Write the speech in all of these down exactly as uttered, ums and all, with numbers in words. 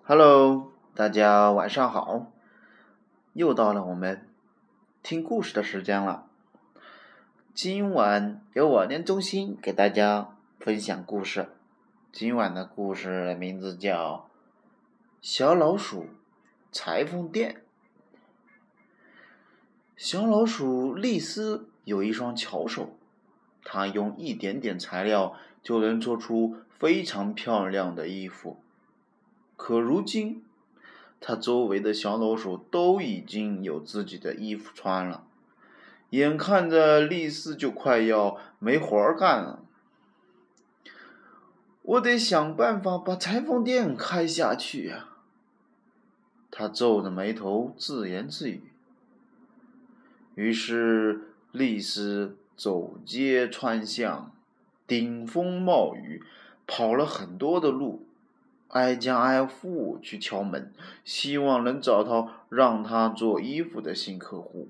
Hello，大家晚上好，又到了我们听故事的时间了。今晚由我念中心给大家分享故事。今晚的故事名字叫《小老鼠裁缝店》。小老鼠丽丝有一双巧手，它用一点点材料就能做出非常漂亮的衣服。可如今，它周围的小老鼠都已经有自己的衣服穿了，眼看着丽丝就快要没活干了。我得想办法把裁缝店开下去呀、啊！他皱着眉头自言自语。于是丽丝走街串巷，顶风冒雨，跑了很多的路，挨家挨户去敲门，希望能找到让他做衣服的新客户。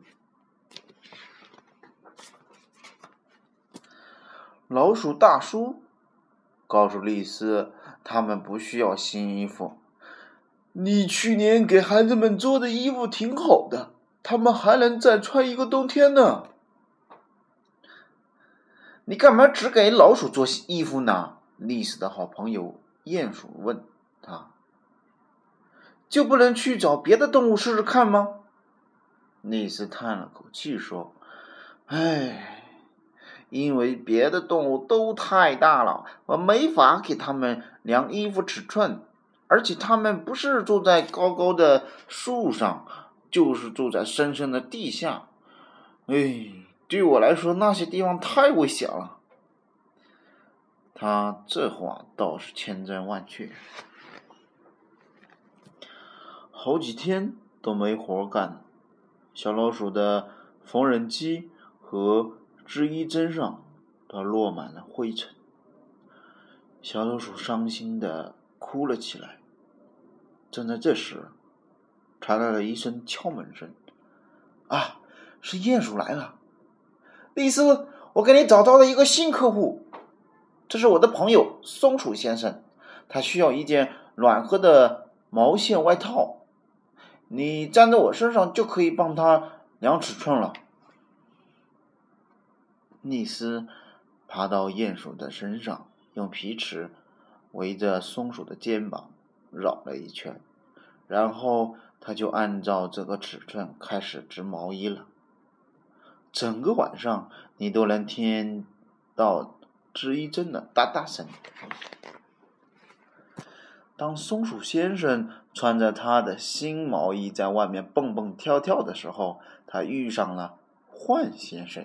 老鼠大叔告诉丽丝，他们不需要新衣服。你去年给孩子们做的衣服挺好的，他们还能再穿一个冬天呢。你干嘛只给老鼠做衣服呢？丽丝的好朋友鼹鼠问他。就不能去找别的动物试试看吗？丽丝叹了口气说，唉，因为别的动物都太大了，我没法给它们量衣服尺寸，而且它们不是住在高高的树上，就是住在深深的地下。唉，对我来说那些地方太危险了。他这话倒是千真万确。好几天都没活干，小老鼠的缝纫机和织衣针上都落满了灰尘。小老鼠伤心地哭了起来。正在这时，传来了一声敲门声。啊，是鼹鼠来了。丽丝，我给你找到了一个新客户，这是我的朋友松鼠先生，他需要一件暖和的毛线外套。你站在我身上就可以帮他量尺寸了。丽丝爬到鼹鼠的身上，用皮尺围着松鼠的肩膀绕了一圈，然后他就按照这个尺寸开始织毛衣了。整个晚上你都能听到织衣针的哒哒声。当松鼠先生穿着他的新毛衣在外面蹦蹦跳跳的时候，他遇上了浣先生。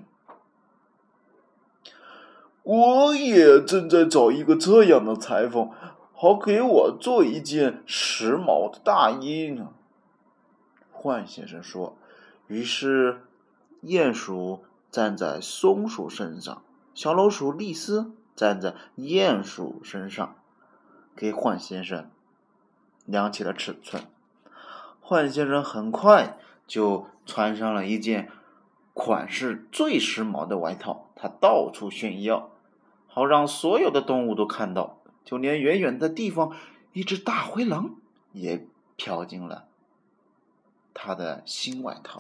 我也正在找一个这样的裁缝，好给我做一件时髦的大衣呢。浣先生说。于是鼹鼠站在松鼠身上，小老鼠丽丝站在鼹鼠身上，给浣先生量起了尺寸。浣先生很快就穿上了一件款式最时髦的外套，他到处炫耀，好让所有的动物都看到，就连远远的地方一只大灰狼也飘进了他的新外套。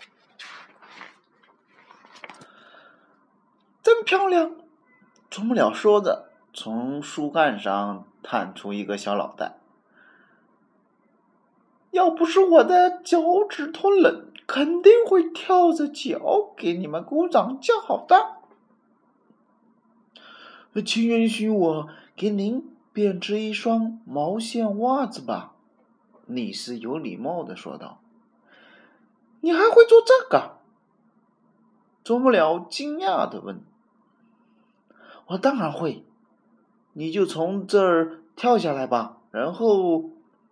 真漂亮，啄木鸟说着，从树干上探出一个小脑袋。要不是我的脚趾头冷，肯定会跳着脚给你们鼓掌叫好的。请允许我给您编织一双毛线袜子吧，丽丝有礼貌地说道。你还会做这个？啄木鸟惊讶地问。我当然会，你就从这儿跳下来吧，然后……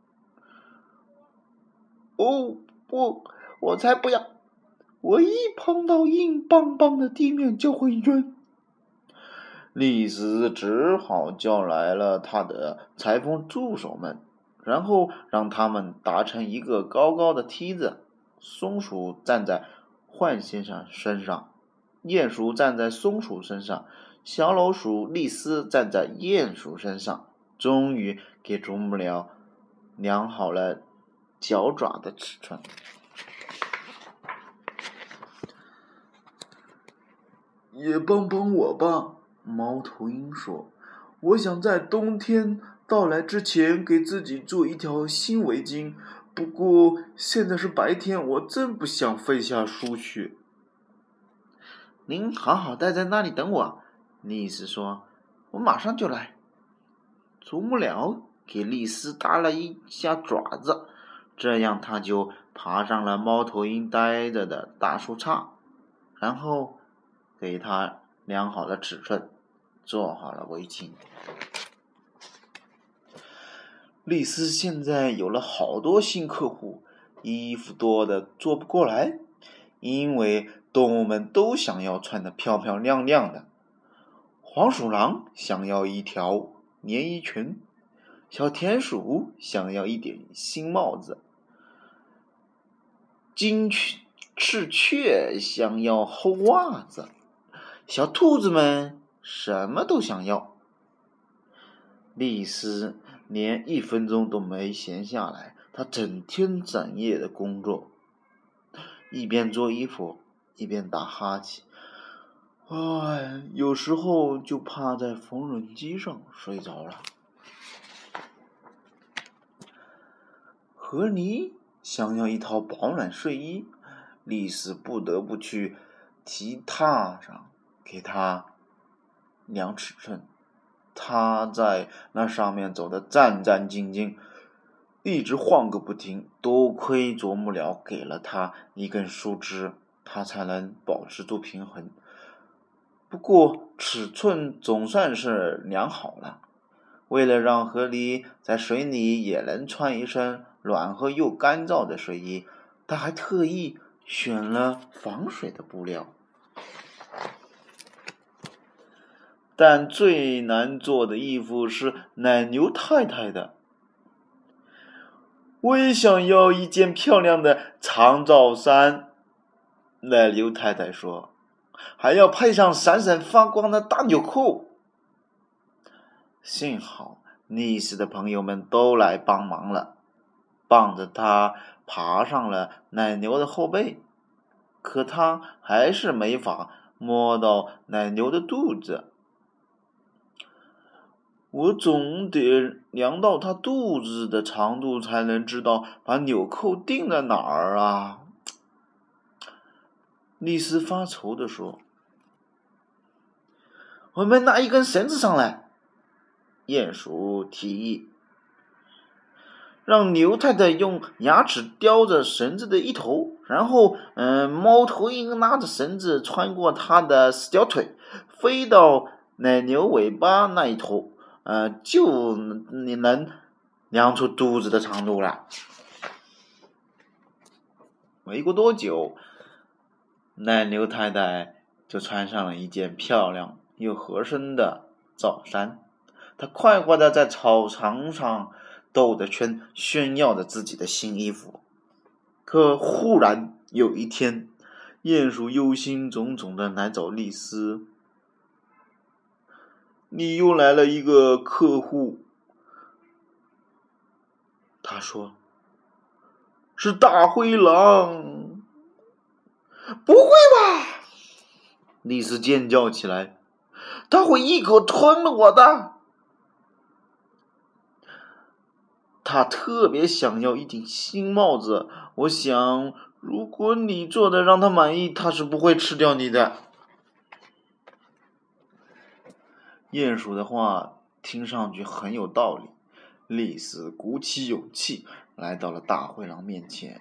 哦，不，我才不要！我一碰到硬邦邦的地面就会晕。丽丝只好叫来了他的裁缝助手们，然后让他们搭成一个高高的梯子。松鼠站在浣先生身上，鼹鼠站在松鼠身上，小老鼠丽丝站在鼹鼠身上，终于给啄木鸟量好了脚爪的尺寸。也帮帮我吧，猫头鹰说，我想在冬天到来之前给自己做一条新围巾，不过现在是白天，我真不想飞下树去。您好好待在那里等我，丽丝说，我马上就来。啄木鸟给丽丝搭了一下爪子，这样他就爬上了猫头鹰待着的大树杈，然后给他量好了尺寸，做好了围巾。丽丝现在有了好多新客户，衣服多的做不过来，因为动物们都想要穿得漂漂亮亮的。黄鼠狼想要一条连衣裙，小田鼠想要一顶新帽子，金翅雀想要厚袜子，小兔子们什么都想要。丽丝连一分钟都没闲下来，她整天整夜的工作，一边做衣服一边打哈欠，唉，有时候就趴在缝纫机上睡着了。河狸想要一套保暖睡衣，丽丝不得不去蹄踏上给他量尺寸。他在那上面走得战战兢兢，一直晃个不停，多亏啄木鸟给了他一根树枝，他才能保持住平衡。不过尺寸总算是量好了，为了让河狸在水里也能穿一身暖和又干燥的睡衣，他还特意选了防水的布料。但最难做的衣服是奶牛太太的。我也想要一件漂亮的长罩衫，奶牛太太说，还要配上闪闪发光的大纽扣。幸好丽丝的朋友们都来帮忙了，帮着她爬上了奶牛的后背，可她还是没法摸到奶牛的肚子。我总得量到它肚子的长度，才能知道把纽扣钉在哪儿啊！丽丝发愁地说。我们拿一根绳子上来，鼹鼠提议，让牛太太用牙齿叼着绳子的一头，然后嗯，猫头鹰拉着绳子穿过它的四条腿，飞到奶牛尾巴那一头，呃，就你能量出肚子的长度了。没过多久，奶牛太太就穿上了一件漂亮又合身的罩衫，她快活地在草场上兜着圈，炫耀着自己的新衣服。可忽然有一天，鼹鼠忧心忡忡地来找丽丝。你又来了一个客户，他说，是大灰狼。不会吧，丽丝尖叫起来，他会一口吞了我的。他特别想要一顶新帽子，我想如果你做的让他满意，他是不会吃掉你的。鼹鼠的话听上去很有道理，丽丝鼓起勇气来到了大灰狼面前。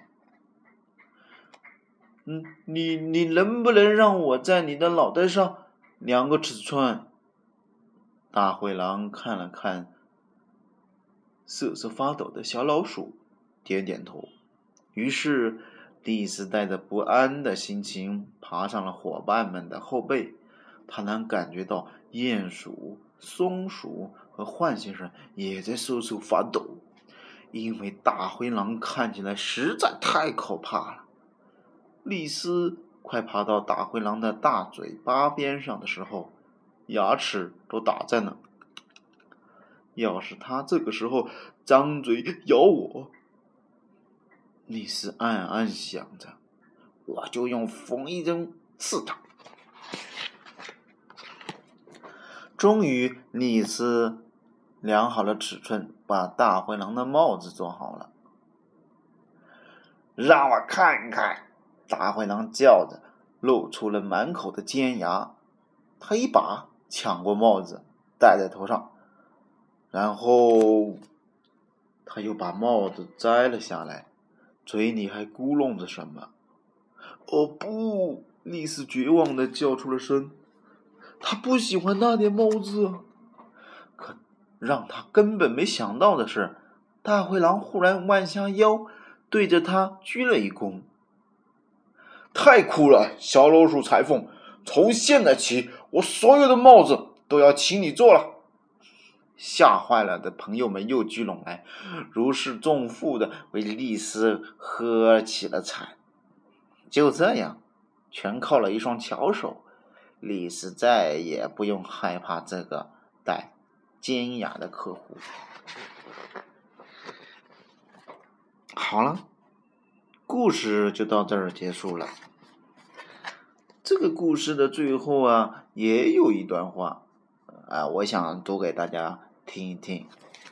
嗯，你你能不能让我在你的脑袋上量个尺寸？大灰狼看了看瑟瑟发抖的小老鼠，点点头。于是丽丝带着不安的心情爬上了伙伴们的后背，她能感觉到鼹鼠、松鼠和浣先生也在瑟瑟发抖，因为大灰狼看起来实在太可怕了。丽丝快爬到大灰狼的大嘴巴边上的时候，牙齿都打在了。要是他这个时候张嘴咬我。丽丝暗暗想着，我就用缝衣针刺他。终于，丽丝量好了尺寸，把大灰狼的帽子做好了。让我看看！大灰狼叫着，露出了满口的尖牙。他一把抢过帽子，戴在头上，然后他又把帽子摘了下来，嘴里还咕哝着什么。哦不！丽丝绝望地叫出了声。他不喜欢那顶帽子。可让他根本没想到的是，大灰狼忽然弯下腰，对着他鞠了一躬。太酷了，小老鼠裁缝！从现在起，我所有的帽子都要请你做了。吓坏了的朋友们又聚拢来，如释重负的为丽丝喝起了彩。就这样，全靠了一双巧手，丽丝再也不用害怕这个带尖牙的客户。好了，故事就到这儿结束了。这个故事的最后啊，也有一段话啊，我想读给大家听一听。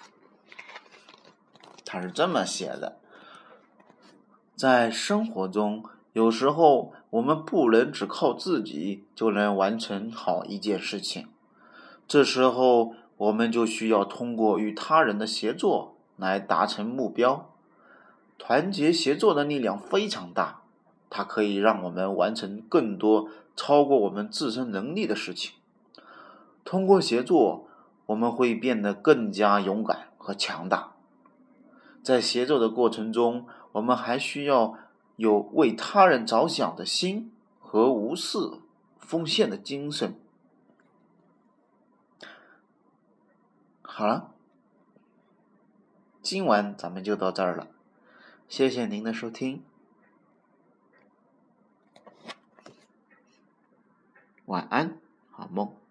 他是这么写的：在生活中，有时候我们不能只靠自己就能完成好一件事情，这时候我们就需要通过与他人的协作来达成目标。团结协作的力量非常大，它可以让我们完成更多超过我们自身能力的事情。通过协作，我们会变得更加勇敢和强大。在协作的过程中，我们还需要有为他人着想的心和无私奉献的精神。好了，今晚咱们就到这儿了，谢谢您的收听，晚安，好梦。